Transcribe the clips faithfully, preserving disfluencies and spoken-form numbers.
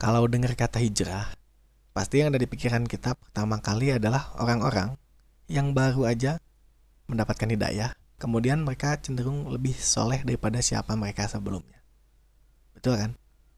Kalau dengar kata hijrah, pasti yang ada di pikiran kita pertama kali adalah orang-orang yang baru aja mendapatkan hidayah, kemudian mereka cenderung lebih soleh daripada siapa mereka sebelumnya. Betul kan?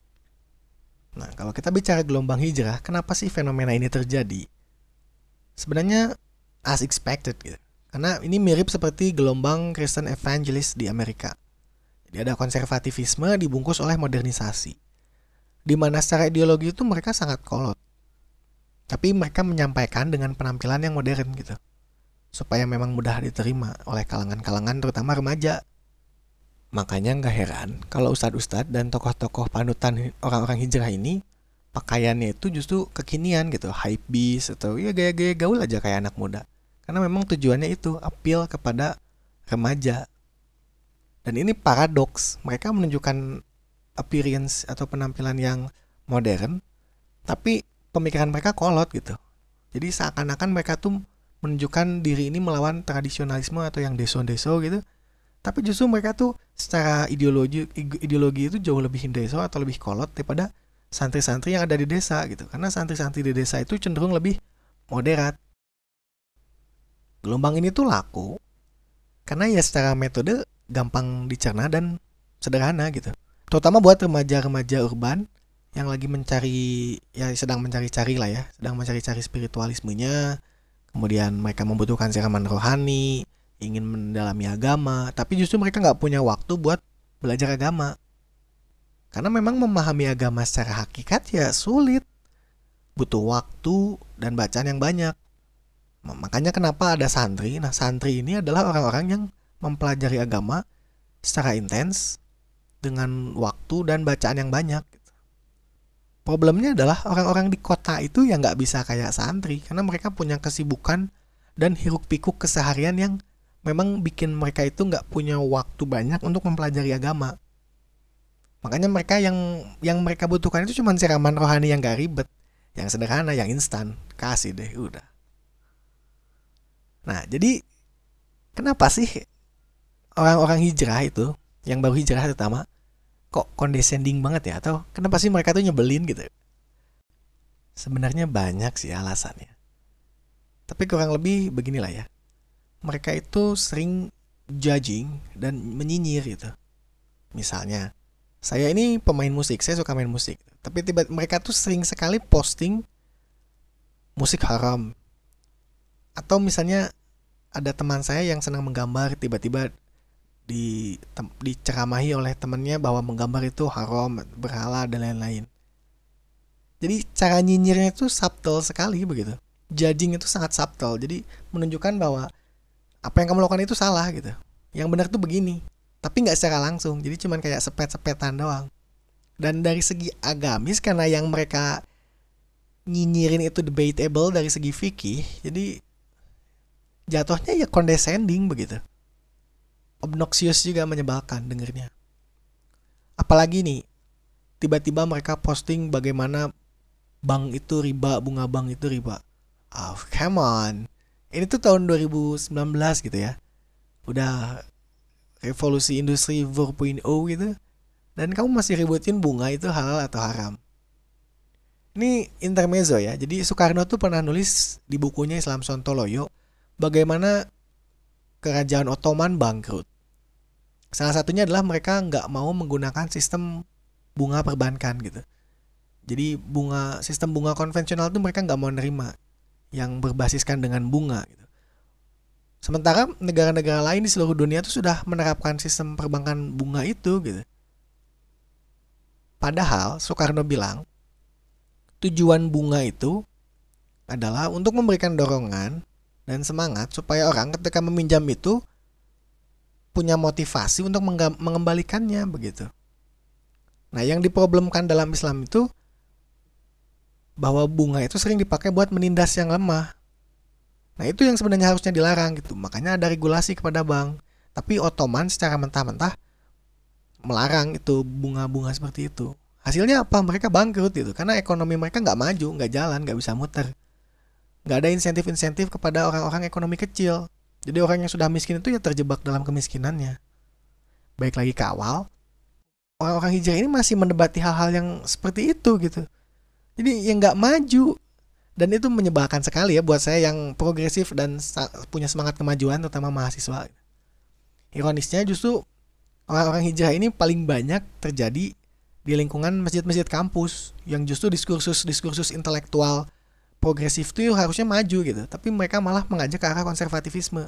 Nah, kalau kita bicara gelombang hijrah, kenapa sih fenomena ini terjadi? Sebenarnya as expected gitu. Karena ini mirip seperti gelombang Kristen evangelis di Amerika. Jadi ada konservativisme dibungkus oleh modernisasi. Di mana secara ideologi itu mereka sangat kolot. Tapi mereka menyampaikan dengan penampilan yang modern gitu. Supaya memang mudah diterima oleh kalangan-kalangan terutama remaja. Makanya nggak heran kalau ustadz-ustadz dan tokoh-tokoh panutan orang-orang hijrah ini pakaiannya itu justru kekinian gitu, hype beast atau ya gaya-gaya gaul aja kayak anak muda. Karena memang tujuannya itu appeal kepada remaja. Dan ini paradoks, mereka menunjukkan appearance atau penampilan yang modern, tapi pemikiran mereka kolot gitu. Jadi seakan-akan mereka tuh menunjukkan diri ini melawan tradisionalisme atau yang deso-deso gitu. Tapi justru mereka tuh secara ideologi ideologi itu jauh lebih deso atau lebih kolot daripada santri-santri yang ada di desa gitu. Karena santri-santri di desa itu cenderung lebih moderat. Gelombang ini tuh laku karena ya secara metode gampang dicerna dan sederhana gitu. Terutama buat remaja-remaja urban yang lagi mencari, ya sedang mencari-cari lah ya, sedang mencari-cari spiritualismenya. Kemudian mereka membutuhkan siraman rohani, ingin mendalami agama, tapi justru mereka nggak punya waktu buat belajar agama. Karena memang memahami agama secara hakikat ya sulit, butuh waktu dan bacaan yang banyak. Makanya kenapa ada santri? Nah, santri ini adalah orang-orang yang mempelajari agama secara intens dengan waktu dan bacaan yang banyak. Problemnya adalah orang-orang di kota itu yang nggak bisa kayak santri karena mereka punya kesibukan dan hiruk pikuk keseharian yang memang bikin mereka itu nggak punya waktu banyak untuk mempelajari agama. Makanya mereka yang yang mereka butuhkan itu cuma siraman rohani yang gak ribet, yang sederhana, yang instan, kasih deh udah. Nah, jadi kenapa sih orang-orang hijrah itu, yang baru hijrah terutama, kok condescending banget ya? Atau kenapa sih mereka tuh nyebelin gitu? Sebenarnya banyak sih alasannya. Tapi kurang lebih beginilah ya. Mereka itu sering judging dan menyinyir gitu. Misalnya, saya ini pemain musik, saya suka main musik. Tapi tiba mereka tuh sering sekali posting musik haram. Atau misalnya ada teman saya yang senang menggambar, tiba-tiba di tem, diceramahi oleh temannya bahwa menggambar itu haram, berhala dan lain-lain. Jadi cara nyinyirnya itu subtle sekali begitu. Judging itu sangat subtle. Jadi menunjukkan bahwa apa yang kamu lakukan itu salah gitu. Yang benar tuh begini. Tapi nggak secara langsung. Jadi cuman kayak sepet-sepetan doang. Dan dari segi agamis karena yang mereka nyinyirin itu debatable dari segi fikih, jadi jatuhnya ya condescending begitu. Obnoxious juga, menyebalkan dengernya. Apalagi nih, tiba-tiba mereka posting bagaimana bank itu riba, bunga bank itu riba. Oh, come on. Ini tuh tahun dua ribu sembilan belas gitu ya. Udah revolusi industri empat titik nol gitu. Dan kamu masih ributin bunga itu halal atau haram. Ini intermezzo ya. Jadi Soekarno tuh pernah nulis di bukunya Islam Sontoloyo bagaimana kerajaan Ottoman bangkrut. Salah satunya adalah mereka nggak mau menggunakan sistem bunga perbankan gitu. Jadi bunga sistem bunga konvensional itu mereka nggak mau nerima yang berbasiskan dengan bunga gitu. Sementara negara-negara lain di seluruh dunia itu sudah menerapkan sistem perbankan bunga itu gitu. Padahal Soekarno bilang tujuan bunga itu adalah untuk memberikan dorongan dan semangat supaya orang ketika meminjam itu punya motivasi untuk mengembalikannya begitu. Nah, yang diproblemkan dalam Islam itu bahwa bunga itu sering dipakai buat menindas yang lemah. Nah, itu yang sebenarnya harusnya dilarang gitu. Makanya ada regulasi kepada bank. Tapi Ottoman secara mentah-mentah melarang itu bunga-bunga seperti itu. Hasilnya apa? Mereka bangkrut gitu. Karena ekonomi mereka nggak maju, nggak jalan, nggak bisa muter. Nggak ada insentif-insentif kepada orang-orang ekonomi kecil. Jadi orang yang sudah miskin itu ya terjebak dalam kemiskinannya. Baik lagi ke awal, orang-orang hijrah ini masih mendebati hal-hal yang seperti itu gitu. Jadi yang nggak maju. Dan itu menyebalkan sekali ya buat saya yang progresif dan punya semangat kemajuan, terutama mahasiswa. Ironisnya justru orang-orang hijrah ini paling banyak terjadi di lingkungan masjid-masjid kampus, yang justru diskursus-diskursus intelektual progresif itu harusnya maju gitu, tapi mereka malah mengajak ke arah konservatifisme.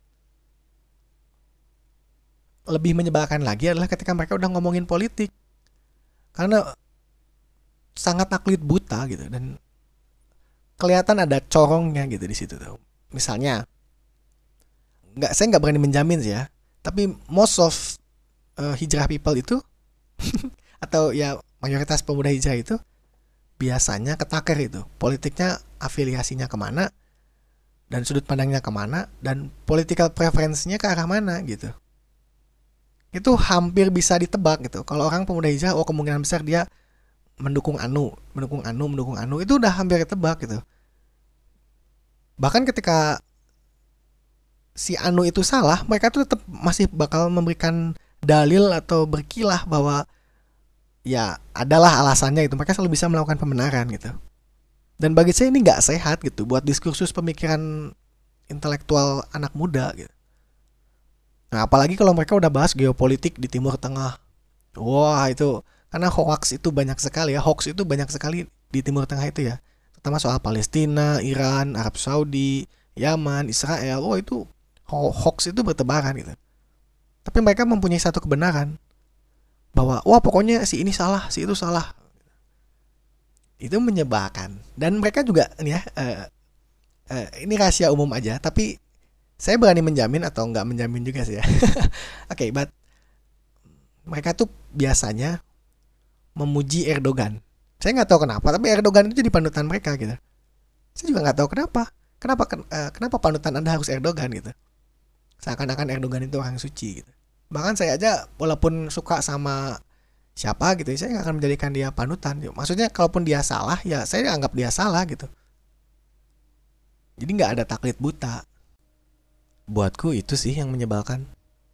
Lebih menyebalkan lagi adalah ketika mereka udah ngomongin politik, karena sangat taklid buta gitu, dan kelihatan ada corongnya gitu di situ tuh. Misalnya, nggak saya nggak berani menjamin sih ya, tapi most of uh, hijrah people itu atau ya mayoritas pemuda hijrah itu biasanya ketaker itu, politiknya afiliasinya kemana dan sudut pandangnya kemana dan political preference-nya ke arah mana gitu. Itu hampir bisa ditebak gitu. Kalau orang pemuda hijrah, oh kemungkinan besar dia mendukung anu, mendukung anu, mendukung anu, itu udah hampir ketebak gitu. Bahkan ketika si anu itu salah, mereka tuh tetap masih bakal memberikan dalil atau berkilah bahwa ya adalah alasannya itu. Mereka selalu bisa melakukan pembenaran gitu. Dan bagi saya ini nggak sehat gitu buat diskursus pemikiran intelektual anak muda gitu. Nah, apalagi kalau mereka udah bahas geopolitik di Timur Tengah. Wah, itu karena hoax itu banyak sekali ya. Hoax itu banyak sekali di Timur Tengah itu ya. Terutama soal Palestina, Iran, Arab Saudi, Yaman, Israel. Wah, itu hoax itu bertebaran gitu. Tapi mereka mempunyai satu kebenaran. Bahwa, wah pokoknya si ini salah, si itu salah. Itu menyebalkan. Dan mereka juga, nih ya, uh, uh, ini rahasia umum aja. Tapi saya berani menjamin atau nggak menjamin juga sih ya. Oke, okay, but mereka tuh biasanya memuji Erdogan. Saya nggak tahu kenapa, tapi Erdogan itu jadi panutan mereka gitu. Saya juga nggak tahu kenapa. Kenapa uh, kenapa panutan Anda harus Erdogan gitu? Seakan-akan Erdogan itu orang suci gitu. Bahkan saya aja walaupun suka sama siapa gitu, saya nggak akan menjadikan dia panutan. Maksudnya kalaupun dia salah, ya saya anggap dia salah gitu. Jadi nggak ada taklid buta. Buatku itu sih yang menyebalkan.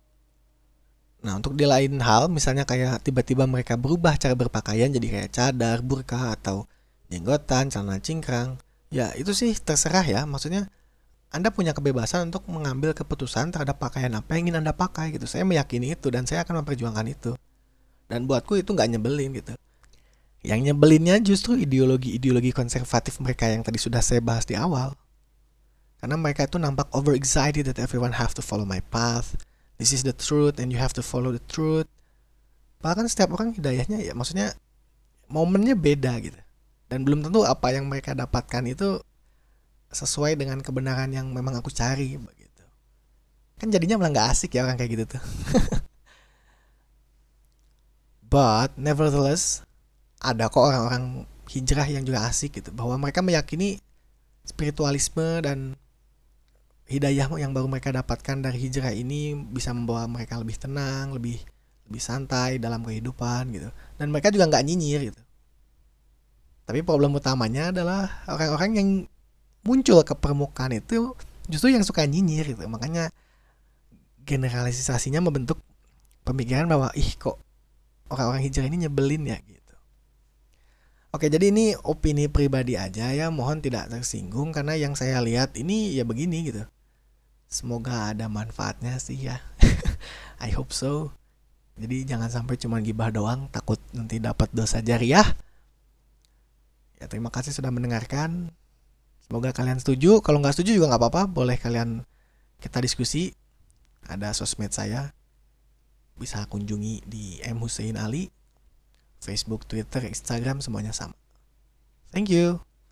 Nah, untuk di lain hal, misalnya kayak tiba-tiba mereka berubah cara berpakaian jadi kayak cadar, burka, atau jenggotan, celana cingkrang, ya itu sih terserah ya. Maksudnya Anda punya kebebasan untuk mengambil keputusan terhadap pakaian apa yang ingin Anda pakai gitu. Saya meyakini itu dan saya akan memperjuangkan itu. Dan buatku itu nggak nyebelin gitu. Yang nyebelinnya justru ideologi-ideologi konservatif mereka yang tadi sudah saya bahas di awal. Karena mereka itu nampak overexcited that everyone have to follow my path. This is the truth and you have to follow the truth. Bahkan setiap orang hidayahnya ya maksudnya momennya beda gitu. Dan belum tentu apa yang mereka dapatkan itu sesuai dengan kebenaran yang memang aku cari begitu. Kan jadinya malah gak asik ya orang kayak gitu tuh. But nevertheless ada kok orang-orang hijrah yang juga asik gitu. Bahwa mereka meyakini spiritualisme dan hidayah yang baru mereka dapatkan dari hijrah ini bisa membawa mereka lebih tenang, lebih lebih santai dalam kehidupan gitu. Dan mereka juga nggak nyinyir gitu. Tapi problem utamanya adalah orang-orang yang muncul ke permukaan itu justru yang suka nyinyir gitu. Makanya generalisasinya membentuk pemikiran bahwa ih kok orang-orang hijrah ini nyebelin ya gitu. Oke, jadi ini opini pribadi aja ya, mohon tidak tersinggung karena yang saya lihat ini ya begini gitu. Semoga ada manfaatnya sih ya. I hope so. Jadi jangan sampai cuma gibah doang, takut nanti dapat dosa jariah. Ya terima kasih sudah mendengarkan. Semoga kalian setuju. Kalau nggak setuju juga nggak apa-apa, boleh kalian kita diskusi. Ada sosmed saya, bisa kunjungi di M Hussein Ali, Facebook, Twitter, Instagram semuanya sama. Thank you.